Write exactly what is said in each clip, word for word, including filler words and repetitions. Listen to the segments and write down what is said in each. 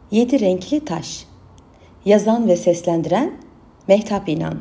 Yedi Renkli Taş. Yazan ve seslendiren Mehtap İnan.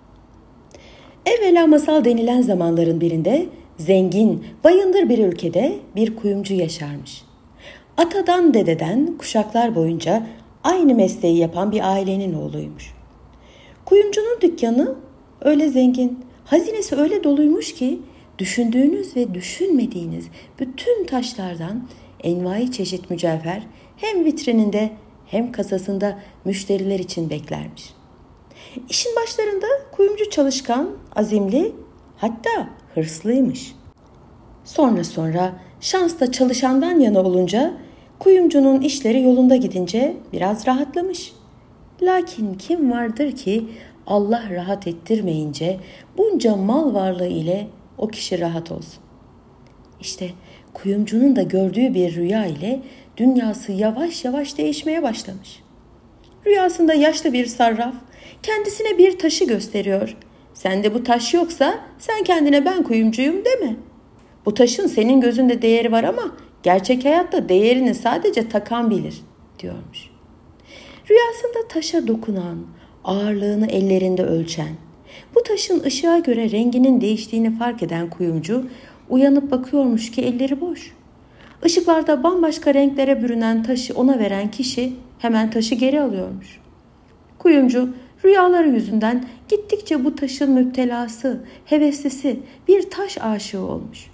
Evvela masal denilen zamanların birinde zengin, bayındır bir ülkede bir kuyumcu yaşarmış. Atadan dededen kuşaklar boyunca aynı mesleği yapan bir ailenin oğluymuş. Kuyumcunun dükkanı öyle zengin, hazinesi öyle doluymuş ki düşündüğünüz ve düşünmediğiniz bütün taşlardan envai çeşit mücevher hem vitrininde hem kasasında müşteriler için beklermiş. İşin başlarında kuyumcu çalışkan, azimli, hatta hırslıymış. Sonra sonra şans da çalışandan yana olunca kuyumcunun işleri yolunda gidince biraz rahatlamış. Lakin kim vardır ki Allah rahat ettirmeyince bunca mal varlığı ile o kişi rahat olsun. İşte kuyumcunun da gördüğü bir rüya ile dünyası yavaş yavaş değişmeye başlamış. Rüyasında yaşlı bir sarraf kendisine bir taşı gösteriyor. Sende bu taş yoksa sen kendine ben kuyumcuyum deme. Bu taşın senin gözünde değeri var ama gerçek hayatta değerini sadece takan bilir diyormuş. Rüyasında taşa dokunan, ağırlığını ellerinde ölçen, bu taşın ışığa göre renginin değiştiğini fark eden kuyumcu uyanıp bakıyormuş ki elleri boş. Işıklarda bambaşka renklere bürünen taşı ona veren kişi hemen taşı geri alıyormuş. Kuyumcu rüyaları yüzünden gittikçe bu taşın müptelası, heveslisi, bir taş aşığı olmuş.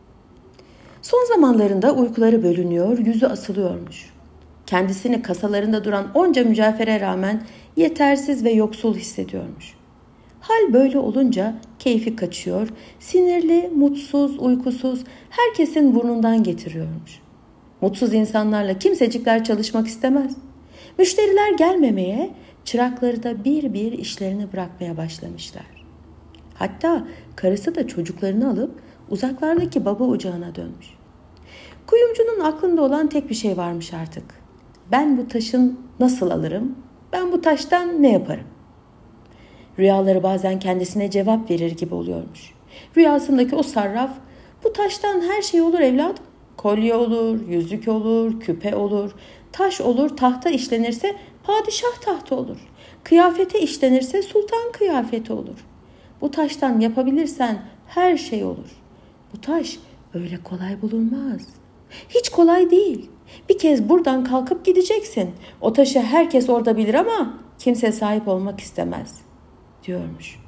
Son zamanlarında uykuları bölünüyor, yüzü asılıyormuş. Kendisini kasalarında duran onca mücevhere rağmen yetersiz ve yoksul hissediyormuş. Hal böyle olunca keyfi kaçıyor, sinirli, mutsuz, uykusuz, herkesin burnundan getiriyormuş. Mutsuz insanlarla kimsecikler çalışmak istemez. Müşteriler gelmemeye, çırakları da bir bir işlerini bırakmaya başlamışlar. Hatta karısı da çocuklarını alıp uzaklardaki baba ocağına dönmüş. Kuyumcunun aklında olan tek bir şey varmış artık. Ben bu taşın nasıl alırım? Ben bu taştan ne yaparım? Rüyaları bazen kendisine cevap verir gibi oluyormuş. Rüyasındaki o sarraf, bu taştan her şey olur evladım. Kolye olur, yüzük olur, küpe olur, taş olur, tahta işlenirse padişah tahtı olur. Kıyafete işlenirse sultan kıyafeti olur. Bu taştan yapabilirsen her şey olur. Bu taş öyle kolay bulunmaz. Hiç kolay değil. Bir kez buradan kalkıp gideceksin. O taşı herkes orada bilir ama kimse sahip olmak istemez diyormuş.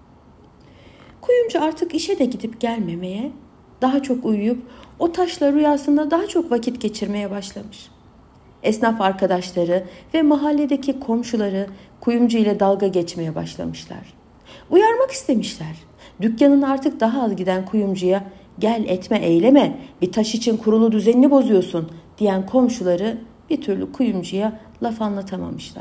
Kuyumcu artık işe de gidip gelmemeye, daha çok uyuyup o taşla rüyasında daha çok vakit geçirmeye başlamış. Esnaf arkadaşları ve mahalledeki komşuları kuyumcu ile dalga geçmeye başlamışlar. Uyarmak istemişler. Dükkanın artık daha az giden kuyumcuya gel etme eyleme bir taş için kurulu düzenini bozuyorsun diyen komşuları bir türlü kuyumcuya laf anlatamamışlar.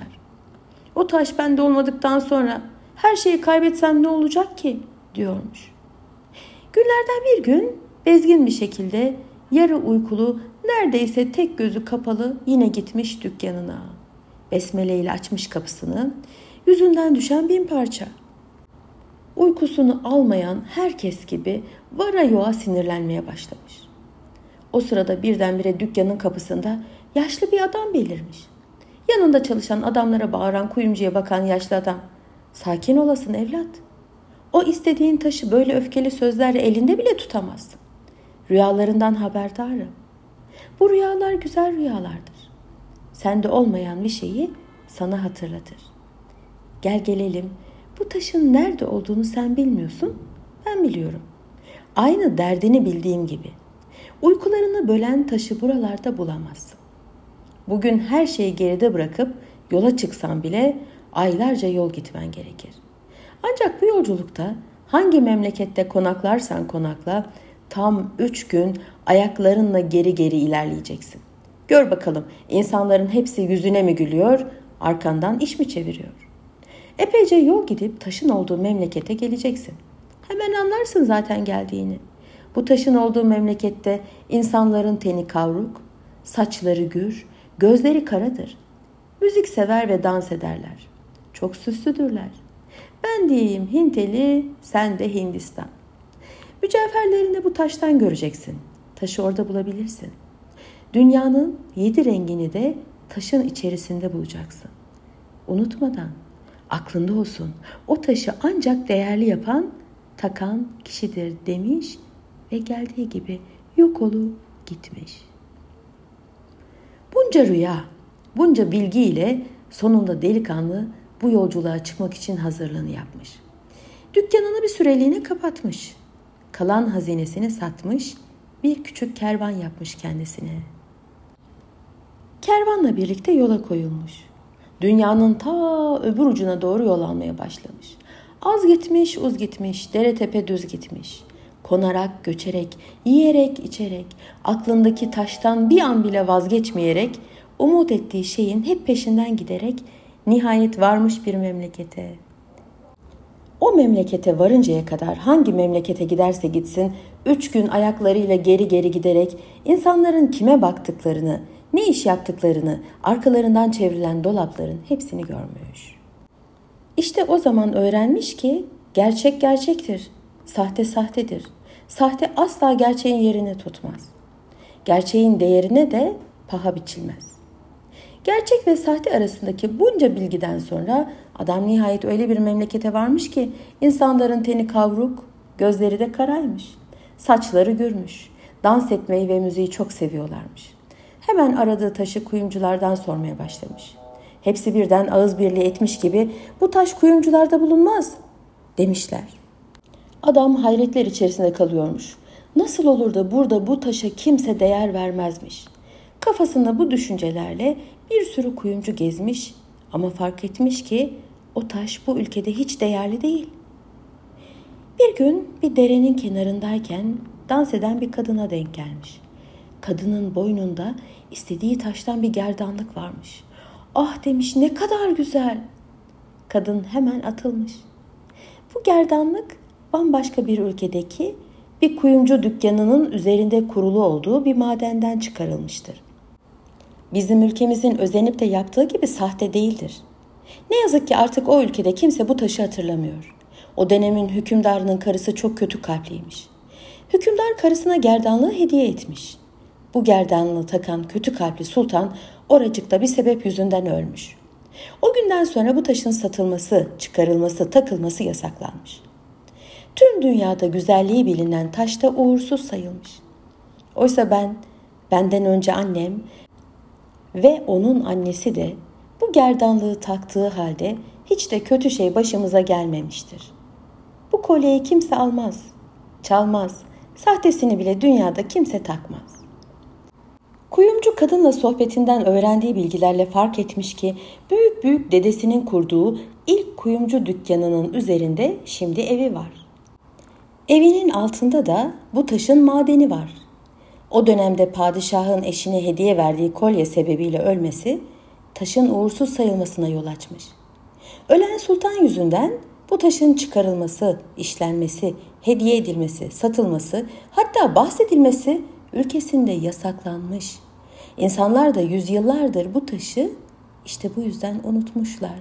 O taş bende olmadıktan sonra her şeyi kaybetsem ne olacak ki diyormuş. Günlerden bir gün bezgin bir şekilde yarı uykulu neredeyse tek gözü kapalı yine gitmiş dükkanına. Besmeleyle açmış kapısını, yüzünden düşen bin parça. Uykusunu almayan herkes gibi vara yoğa sinirlenmeye başlamış. O sırada birdenbire dükkanın kapısında yaşlı bir adam belirmiş. Yanında çalışan adamlara bağıran kuyumcuya bakan yaşlı adam, sakin olasın evlat. O istediğin taşı böyle öfkeli sözlerle elinde bile tutamaz. Rüyalarından haberdarım. Bu rüyalar güzel rüyalardır. Sende olmayan bir şeyi sana hatırlatır. Gel gelelim, bu taşın nerede olduğunu sen bilmiyorsun, ben biliyorum. Aynı derdini bildiğim gibi. Uykularını bölen taşı buralarda bulamazsın. Bugün her şeyi geride bırakıp yola çıksan bile aylarca yol gitmen gerekir. Ancak bu yolculukta hangi memlekette konaklarsan konakla tam üç gün ayaklarınla geri geri ilerleyeceksin. Gör bakalım insanların hepsi yüzüne mi gülüyor, arkandan iş mi çeviriyor? Epeyce yol gidip taşın olduğu memlekete geleceksin. Hemen anlarsın zaten geldiğini. Bu taşın olduğu memlekette insanların teni kavruk, saçları gür, gözleri karadır. Müzik sever ve dans ederler. Çok süslüdürler. Ben diyeyim Hinteli, sen de Hindistan. Mücevherlerini bu taştan göreceksin. Taşı orada bulabilirsin. Dünyanın yedi rengini de taşın içerisinde bulacaksın. Unutmadan, aklında olsun, o taşı ancak değerli yapan, takan kişidir demiş ve geldiği gibi yok olup gitmiş. Bunca rüya, bunca bilgiyle sonunda delikanlı bu yolculuğa çıkmak için hazırlığını yapmış. Dükkanını bir süreliğine kapatmış. Kalan hazinesini satmış, bir küçük kervan yapmış kendisine. Kervanla birlikte yola koyulmuş. Dünyanın ta öbür ucuna doğru yol almaya başlamış. Az gitmiş, uz gitmiş, dere tepe düz gitmiş. Konarak, göçerek, yiyerek, içerek, aklındaki taştan bir an bile vazgeçmeyerek, umut ettiği şeyin hep peşinden giderek nihayet varmış bir memlekete. O memlekete varıncaya kadar hangi memlekete giderse gitsin, üç gün ayaklarıyla geri geri giderek insanların kime baktıklarını, ne iş yaptıklarını, arkalarından çevrilen dolapların hepsini görmüş. İşte o zaman öğrenmiş ki gerçek gerçektir, sahte sahtedir. Sahte asla gerçeğin yerini tutmaz. Gerçeğin değerine de paha biçilmez. Gerçek ve sahte arasındaki bunca bilgiden sonra adam nihayet öyle bir memlekete varmış ki insanların teni kavruk, gözleri de karaymış. Saçları gürmüş, dans etmeyi ve müziği çok seviyorlarmış. Hemen aradığı taşı kuyumculardan sormaya başlamış. Hepsi birden ağız birliği etmiş gibi bu taş kuyumcularda bulunmaz demişler. Adam hayretler içerisinde kalıyormuş. Nasıl olur da burada bu taşa kimse değer vermezmiş. Kafasında bu düşüncelerle bir sürü kuyumcu gezmiş ama fark etmiş ki o taş bu ülkede hiç değerli değil. Bir gün bir derenin kenarındayken dans eden bir kadına denk gelmiş. Kadının boynunda istediği taştan bir gerdanlık varmış. Ah demiş, ne kadar güzel. Kadın hemen atılmış. Bu gerdanlık bambaşka bir ülkedeki bir kuyumcu dükkanının üzerinde kurulu olduğu bir madenden çıkarılmıştır. Bizim ülkemizin özenip de yaptığı gibi sahte değildir. Ne yazık ki artık o ülkede kimse bu taşı hatırlamıyor. O dönemin hükümdarının karısı çok kötü kalpliymiş. Hükümdar karısına gerdanlığı hediye etmiş. Bu gerdanlığı takan kötü kalpli sultan oracıkta bir sebep yüzünden ölmüş. O günden sonra bu taşın satılması, çıkarılması, takılması yasaklanmış. Tüm dünyada güzelliği bilinen taş da uğursuz sayılmış. Oysa ben, benden önce annem ve onun annesi de bu gerdanlığı taktığı halde hiç de kötü şey başımıza gelmemiştir. Bu kolyeyi kimse almaz, çalmaz, sahtesini bile dünyada kimse takmaz. Kuyumcu kadınla sohbetinden öğrendiği bilgilerle fark etmiş ki büyük büyük dedesinin kurduğu ilk kuyumcu dükkanının üzerinde şimdi evi var. Evinin altında da bu taşın madeni var. O dönemde padişahın eşine hediye verdiği kolye sebebiyle ölmesi taşın uğursuz sayılmasına yol açmış. Ölen sultan yüzünden bu taşın çıkarılması, işlenmesi, hediye edilmesi, satılması, hatta bahsedilmesi ülkesinde yasaklanmış. İnsanlar da yüzyıllardır bu taşı işte bu yüzden unutmuşlar.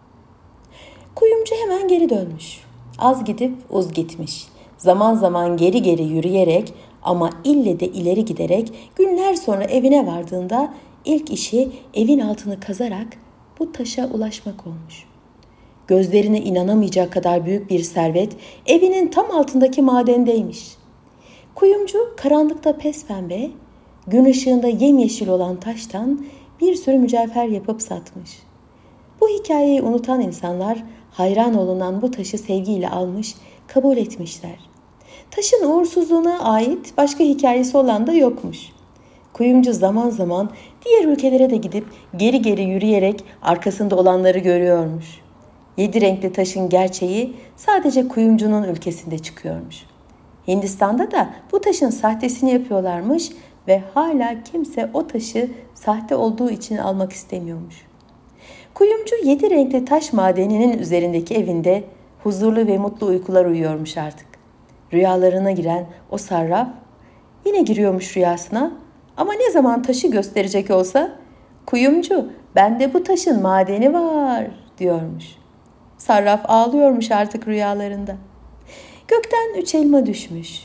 Kuyumcu hemen geri dönmüş. Az gidip uz gitmiş. Zaman zaman geri geri yürüyerek ama ille de ileri giderek günler sonra evine vardığında ilk işi evin altını kazarak bu taşa ulaşmak olmuş. Gözlerine inanamayacak kadar büyük bir servet evinin tam altındaki madendeymiş. Kuyumcu karanlıkta pespembe, gün ışığında yemyeşil olan taştan bir sürü mücevher yapıp satmış. Bu hikayeyi unutan insanlar hayran olunan bu taşı sevgiyle almış, kabul etmişler. Taşın uğursuzluğuna ait başka hikayesi olan da yokmuş. Kuyumcu zaman zaman diğer ülkelere de gidip geri geri yürüyerek arkasında olanları görüyormuş. Yedi renkli taşın gerçeği sadece kuyumcunun ülkesinde çıkıyormuş. Hindistan'da da bu taşın sahtesini yapıyorlarmış ve hala kimse o taşı sahte olduğu için almak istemiyormuş. Kuyumcu yedi renkli taş madeninin üzerindeki evinde huzurlu ve mutlu uykular uyuyormuş artık. Rüyalarına giren o sarraf yine giriyormuş rüyasına ama ne zaman taşı gösterecek olsa kuyumcu bende bu taşın madeni var diyormuş. Sarraf ağlıyormuş artık rüyalarında. Gökten üç elma düşmüş.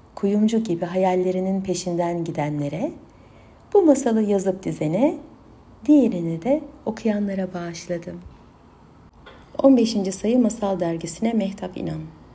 Kuyumcu gibi hayallerinin peşinden gidenlere, bu masalı yazıp dizene diğerini de okuyanlara bağışladım. on beşinci sayı Masal Dergisi'ne Mehtap İnan.